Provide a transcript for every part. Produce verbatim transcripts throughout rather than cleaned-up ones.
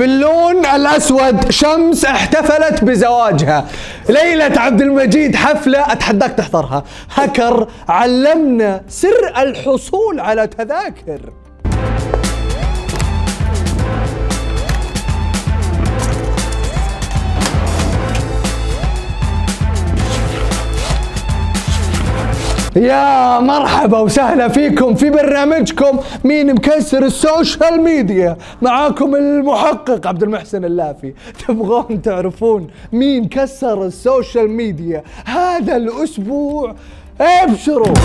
باللون الأسود شمس احتفلت بزواجها. ليلة عبد المجيد حفلة أتحداك تحضرها. هكر علمنا سر الحصول على تذاكر. يا مرحبا وسهلا فيكم في برنامجكم مين مكسر السوشيال ميديا. معاكم المحقق عبد المحسن اللافي. تبغون تعرفون مين كسر السوشيال ميديا هذا الأسبوع؟ ابشروا.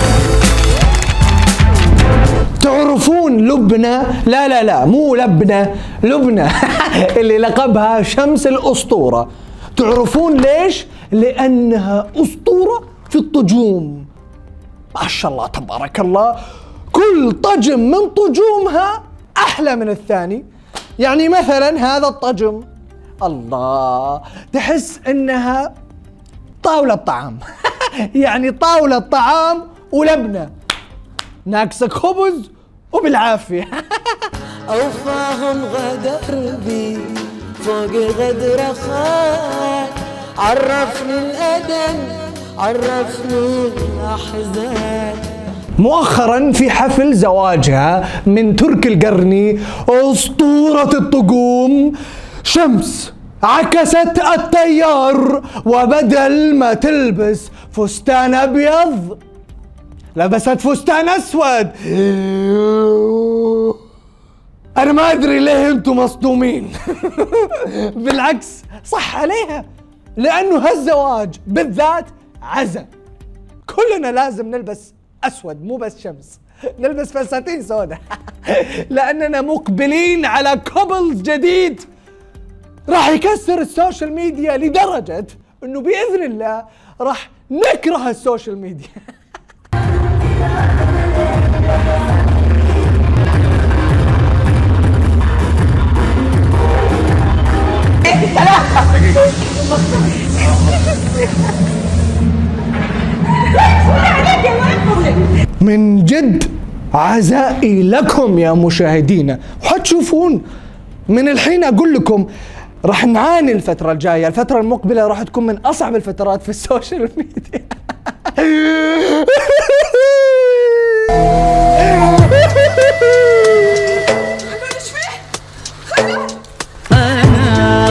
تعرفون لبنى؟ لا لا لا مو لبنى، لبنى اللي لقبها شمس الأسطورة. تعرفون ليش؟ لأنها أسطورة في الطجوم. ما شاء الله تبارك الله، كل طجم من طجومها أحلى من الثاني. يعني مثلا هذا الطجم الله تحس إنها طاولة طعام يعني طاولة طعام ولبنة ناقصك خبز وبالعافية. أوفاهم غدر بي فوق غدر خان، عرفني الأدم عرفني الأحزان. مؤخرا في حفل زواجها من ترك القرني أسطورة الطقوم شمس عكست التيار، وبدل ما تلبس فستان أبيض لبست فستان أسود. أنا ما أدري ليه أنتم مصدومين. بالعكس صح عليها، لأنه هالزواج بالذات عزا كلنا لازم نلبس أسود، مو بس شمس، نلبس فساتين سوداء لأننا مقبلين على كوبلز جديد راح يكسر السوشيال ميديا لدرجة أنه بإذن الله راح نكره السوشيال ميديا. من جد عزائي لكم يا مشاهدينا، وحتشوفون من الحين أقول لكم راح نعاني الفترة الجاية. الفترة المقبلة راح تكون من أصعب الفترات في السوشيال ميديا. أنا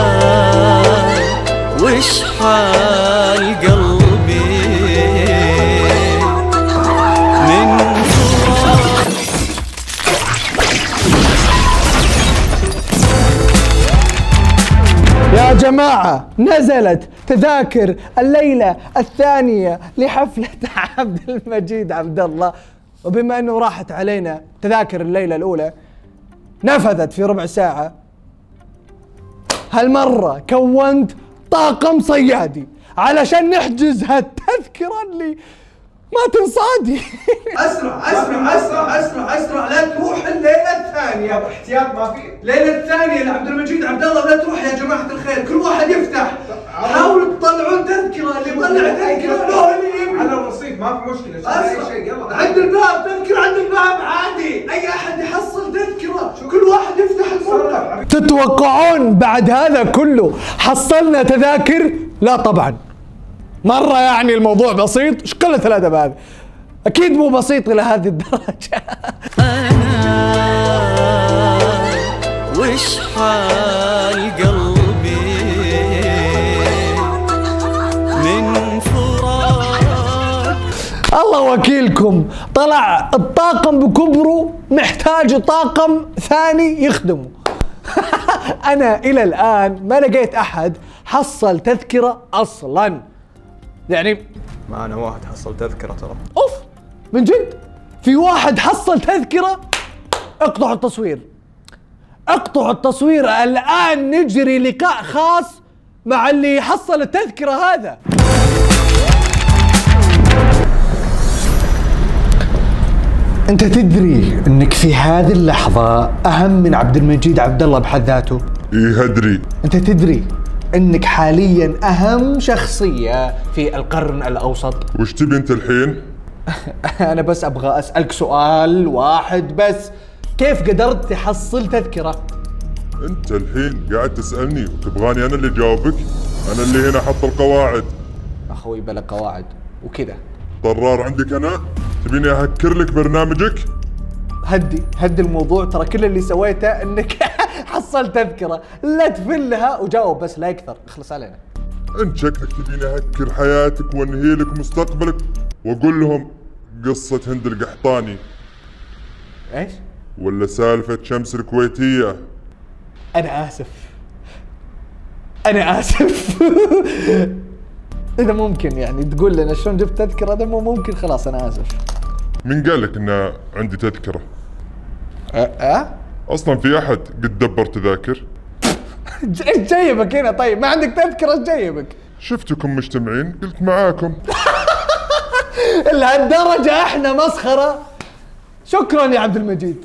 وش حال قلبي من يا جماعة نزلت تذاكر الليلة الثانية لحفلة عبد المجيد عبد الله، وبما أنه راحت علينا تذاكر الليلة الأولى نفذت في ربع ساعة، هالمرة كونت طاقم صيادي علشان نحجز هالتذكرة اللي ما تنصادي. اسرع اسرع اسرع اسرع اسرع لا تروح الليله الثانيه. احتياط ما في. الليله الثانيه لعبد المجيد عبد الله لا تروح يا جماعه الخير. كل واحد يفتح، حاولوا تطلعون تذكره. اللي يطلع تذكره له اللي يبي. على الرصيف ما في مشكله. اسرع يلا عند الباب تذكره، عند الباب عادي اي احد يحصل تذكره. كل واحد يفتح الموقع. تتوقعون بعد هذا كله حصلنا تذاكر؟ لا طبعا، مرة يعني الموضوع بسيط. ايش قلة الأدب هذا؟ أكيد مو بسيط إلى هذه الدرجة. أنا وش حال قلبي من فراق. الله وكيلكم، طلع الطاقم بكبره محتاج طاقم ثاني يخدمه. أنا إلى الآن ما لقيت أحد حصل تذكرة أصلاً. يعني ما انا واحد حصل تذكره ترى. اوف من جد في واحد حصل تذكرة. اقطعوا التصوير، اقطعوا التصوير الآن، نجري لقاء خاص مع اللي حصل التذكرة هذا. انت تدري انك في هذه اللحظة اهم من عبد المجيد عبد الله بحد ذاته؟ ايه ادري. انت تدري انك حاليا اهم شخصية في القرن الاوسط؟ وش تبي انت الحين؟ انا بس ابغى اسألك سؤال واحد بس، كيف قدرت تحصل تذكرة؟ انت الحين قاعد تسألني وتبغاني انا اللي جاوبك؟ انا اللي هنا احط القواعد. اخوي بلا قواعد وكذا. طرار عندك انا؟ تبيني اهكر لك برنامجك؟ هدي هدي الموضوع، ترى كل اللي سويته انك حصلت تذكرة، لا تفلها وجاوب بس لا اكثر، اخلص علينا. انت شكلك تبيني اهكر حياتك وانهي لك مستقبلك واقول لهم قصة هند القحطاني ايش؟ ولا سالفة شمس الكويتية. انا اسف انا اسف اذا ممكن يعني تقول لنا شلون جبت تذكرة، اذا مو ممكن خلاص انا اسف. مين قال لك ان عندي تذكرة؟ أه؟ أه؟ اصلا في احد قد دبر تذاكر؟ ايش جايبك هنا؟ طيب ما عندك تذكرة ايش جايبك؟ شفتكم مجتمعين قلت معاكم. لهالدرجة احنا مسخرة؟ شكرا يا عبد المجيد.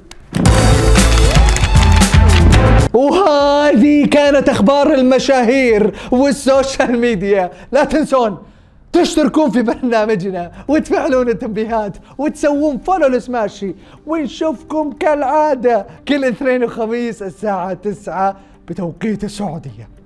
وهذه كانت اخبار المشاهير والسوشيال ميديا. لا تنسون تشتركون في برنامجنا وتفعلون التنبيهات وتسوون فولو لسماشي، ونشوفكم كالعادة كل اثنين وخميس الساعة تسعة بتوقيت السعودية.